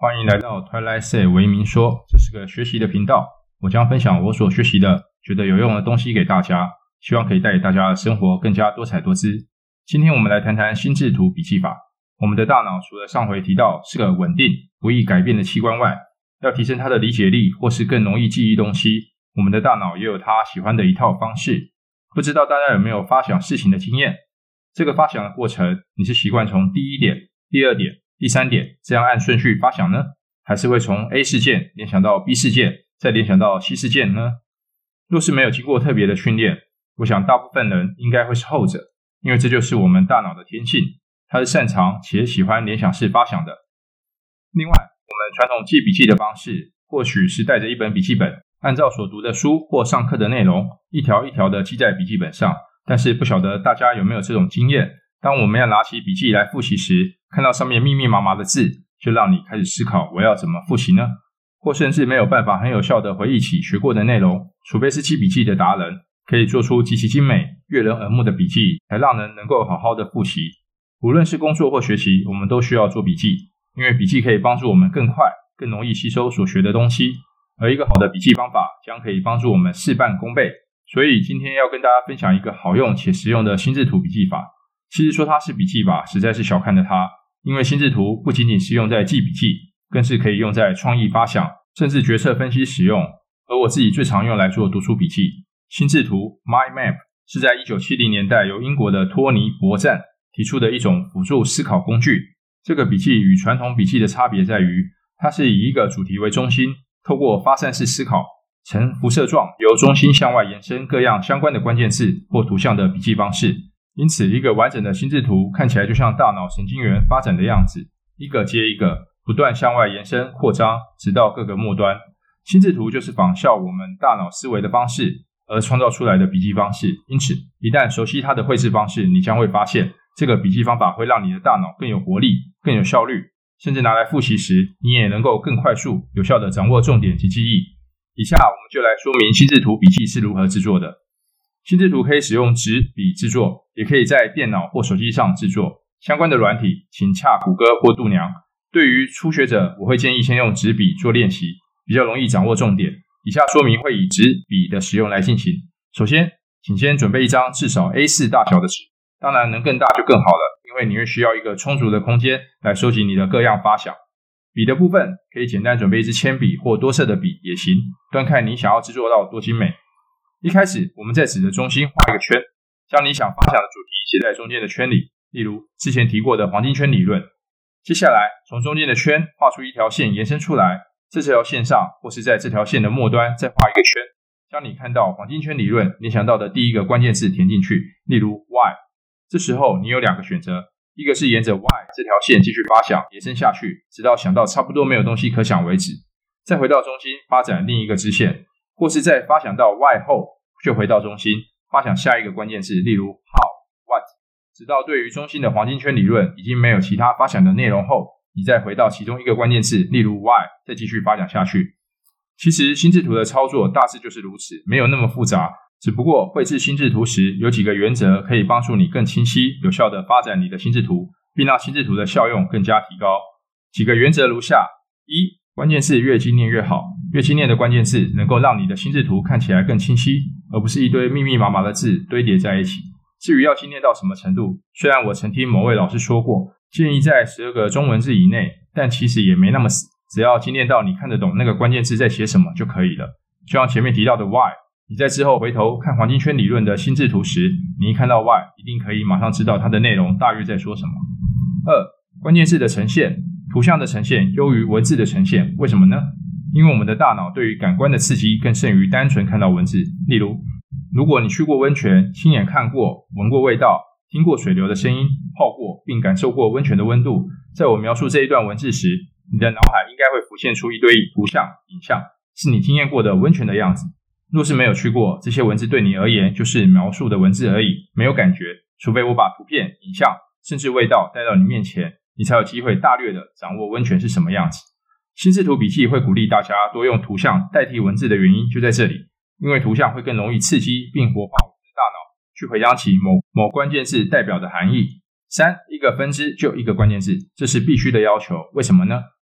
欢迎来到 Twilight Say 为民说，这是个学习的频道，我将分享我所学习的觉得有用的东西给大家，希望可以带给大家的生活更加多彩多姿。今天我们来谈谈心智图笔记法。我们的大脑除了上回提到是个稳定不易改变的器官外，要提升它的理解力或是更容易记忆东西，我们的大脑也有它喜欢的一套方式。不知道大家有没有发想事情的经验？这个发想的过程，你是习惯从第一点、第二点、第三点这样按顺序发想呢？还是会从 A 事件联想到 B 事件，再联想到 C 事件呢？若是没有经过特别的训练，我想大部分人应该会是后者，因为这就是我们大脑的天性，它是擅长且喜欢联想式发想的。另外，我们传统记笔记的方式，或许是带着一本笔记本，按照所读的书或上课的内容，一条一条的记在笔记本上。但是不晓得大家有没有这种经验，当我们要拿起笔记来复习时，看到上面密密麻麻的字，就让你开始思考我要怎么复习呢？或甚至没有办法很有效的回忆起学过的内容，除非是记笔记的达人，可以做出极其精美、悦人耳目的笔记，才让人能够好好的复习。无论是工作或学习，我们都需要做笔记，因为笔记可以帮助我们更快、更容易吸收所学的东西，而一个好的笔记方法将可以帮助我们事半功倍。所以今天要跟大家分享一个好用且实用的心智图笔记法。其实说它是笔记法，实在是小看了它，因为心智图不仅仅是用在记笔记，更是可以用在创意发想，甚至决策分析使用。而我自己最常用来做读书笔记。心智图 Mind Map 是在1970年代由英国的托尼·伯赞提出的一种辅助思考工具。这个笔记与传统笔记的差别在于，它是以一个主题为中心，透过发散式思考，呈辐射状由中心向外延伸各样相关的关键字或图像的笔记方式。因此一个完整的心智图看起来就像大脑神经元发展的样子，一个接一个不断向外延伸扩张，直到各个末端。心智图就是仿效我们大脑思维的方式而创造出来的笔记方式，因此一旦熟悉它的绘制方式，你将会发现这个笔记方法会让你的大脑更有活力、更有效率，甚至拿来复习时你也能够更快速有效地掌握重点及记忆。以下我们就来说明心智图笔记是如何制作的。心智图可以使用纸笔制作，也可以在电脑或手机上制作。相关的软体请洽谷歌或度娘。对于初学者，我会建议先用纸笔做练习，比较容易掌握重点。以下说明会以纸笔的使用来进行。首先，请先准备一张至少 A4 大小的纸，当然能更大就更好了，因为你会需要一个充足的空间来收集你的各样发想。笔的部分可以简单准备一支铅笔或多色的笔也行，端看你想要制作到多精美。一开始我们在纸的中心画一个圈，将你想发想的主题写在中间的圈里，例如之前提过的黄金圈理论。接下来从中间的圈画出一条线延伸出来，在这条线上或是在这条线的末端再画一个圈，将你看到黄金圈理论联想到的第一个关键字填进去，例如 Why。 这时候你有两个选择，一个是沿着 Why 这条线继续发想延伸下去，直到想到差不多没有东西可想为止，再回到中心发展另一个支线，或是在发想到 Why 后就回到中心发想下一个关键字，例如 How、What， 直到对于中心的黄金圈理论已经没有其他发想的内容后，你再回到其中一个关键字，例如 Why， 再继续发想下去。其实心智图的操作大致就是如此，没有那么复杂，只不过绘制心智图时有几个原则可以帮助你更清晰有效地发展你的心智图，并让心智图的效用更加提高。几个原则如下：一、关键字越精炼越好，越精炼的关键字能够让你的心智图看起来更清晰，而不是一堆密密麻麻的字堆叠在一起。至于要精炼到什么程度，虽然我曾听某位老师说过，建议在12个中文字以内，但其实也没那么死，只要精炼到你看得懂那个关键字在写什么就可以了。就像前面提到的 Why， 你在之后回头看黄金圈理论的心智图时，你一看到 Why， 一定可以马上知道它的内容大约在说什么。二、关键字的呈现，图像的呈现优于文字的呈现，为什么呢？因为我们的大脑对于感官的刺激更胜于单纯看到文字。例如，如果你去过温泉，亲眼看过、闻过味道、听过水流的声音、泡过并感受过温泉的温度，在我描述这一段文字时，你的脑海应该会浮现出一堆图像、影像，是你经验过的温泉的样子。若是没有去过，这些文字对你而言就是描述的文字而已，没有感觉，除非我把图片、影像甚至味道带到你面前，你才有机会大略的掌握温泉是什么样子。心智图笔记会鼓励大家多用图像代替文字的原因就在这里，因为图像会更容易刺激并活化我们的大脑，去回想起某关键字代表的含义。3. 一个分支就一个关键字，这是必须的要求。为什么呢？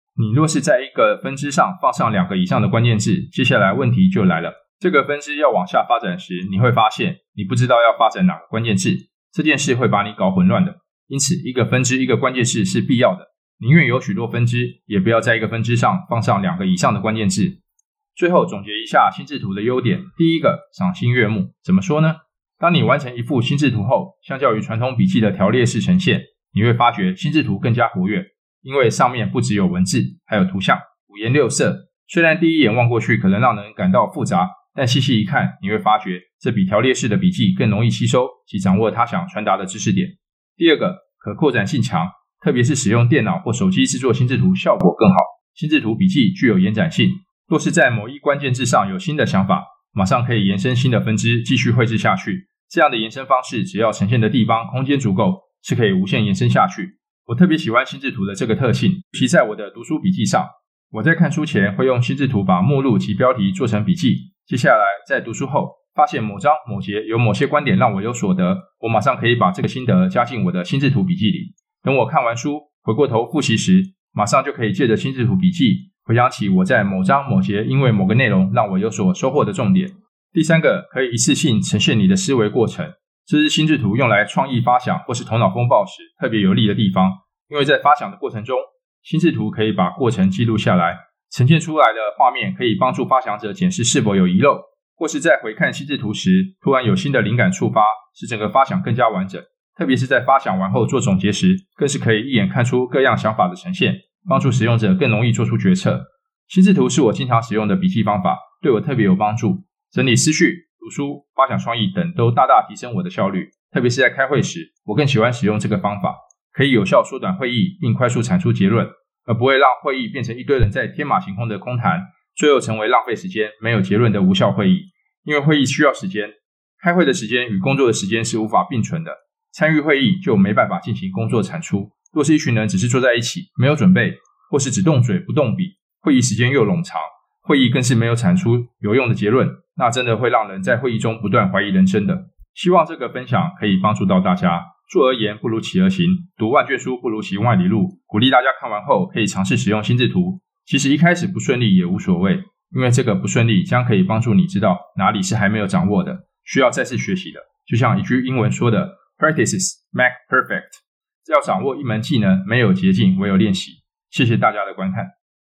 你若是在一个分支上放上2个以上的关键字，接下来问题就来了。这个分支要往下发展时，你会发现你不知道要发展哪个关键字，这件事会把你搞混乱的。因此，一个分支一个关键字是必要的，宁愿有许多分支，也不要在一个分支上放上2个以上的关键字。最后总结一下心智图的优点。第一个，赏心悦目。怎么说呢？当你完成一幅心智图后，相较于传统笔记的条列式呈现，你会发觉心智图更加活跃，因为上面不只有文字，还有图像，五颜六色。虽然第一眼望过去可能让人感到复杂，但细细一看，你会发觉这比条列式的笔记更容易吸收及掌握他想传达的知识点。第二个，可扩展性强，特别是使用电脑或手机制作心智图效果更好。心智图笔记具有延展性，若是在某一关键字上有新的想法，马上可以延伸新的分支继续绘制下去。这样的延伸方式，只要呈现的地方空间足够，是可以无限延伸下去。我特别喜欢心智图的这个特性，尤其在我的读书笔记上。我在看书前会用心智图把目录及标题做成笔记，接下来在读书后发现某章某节有某些观点让我有所得，我马上可以把这个心得加进我的心智图笔记里。等我看完书回过头复习时，马上就可以借着心智图笔记回想起我在某章某节因为某个内容让我有所收获的重点。第三个，可以一次性呈现你的思维过程，这是心智图用来创意发想或是头脑风暴时特别有利的地方。因为在发想的过程中，心智图可以把过程记录下来，呈现出来的画面可以帮助发想者检视是否有遗漏，或是在回看心智图时突然有新的灵感触发，使整个发想更加完整。特别是在发想完后做总结时，更是可以一眼看出各样想法的呈现，帮助使用者更容易做出决策。心智图是我经常使用的笔记方法，对我特别有帮助。整理思绪、读书、发想创意等都大大提升我的效率，特别是在开会时，我更喜欢使用这个方法，可以有效缩短会议并快速产出结论，而不会让会议变成一堆人在天马行空的空谈，最后成为浪费时间、没有结论的无效会议。因为会议需要时间，开会的时间与工作的时间是无法并存的，参与会议就没办法进行工作产出。若是一群人只是坐在一起，没有准备，或是只动嘴不动笔，会议时间又冗长，会议更是没有产出有用的结论，那真的会让人在会议中不断怀疑人生的。希望这个分享可以帮助到大家。坐而言不如起而行，读万卷书不如行万里路。鼓励大家看完后可以尝试使用心智图，其实一开始不顺利也无所谓，因为这个不顺利将可以帮助你知道哪里是还没有掌握的，需要再次学习的。就像一句英文说的 Practices make perfect， 要掌握一门技能，没有捷径，唯有练习。谢谢大家的观看。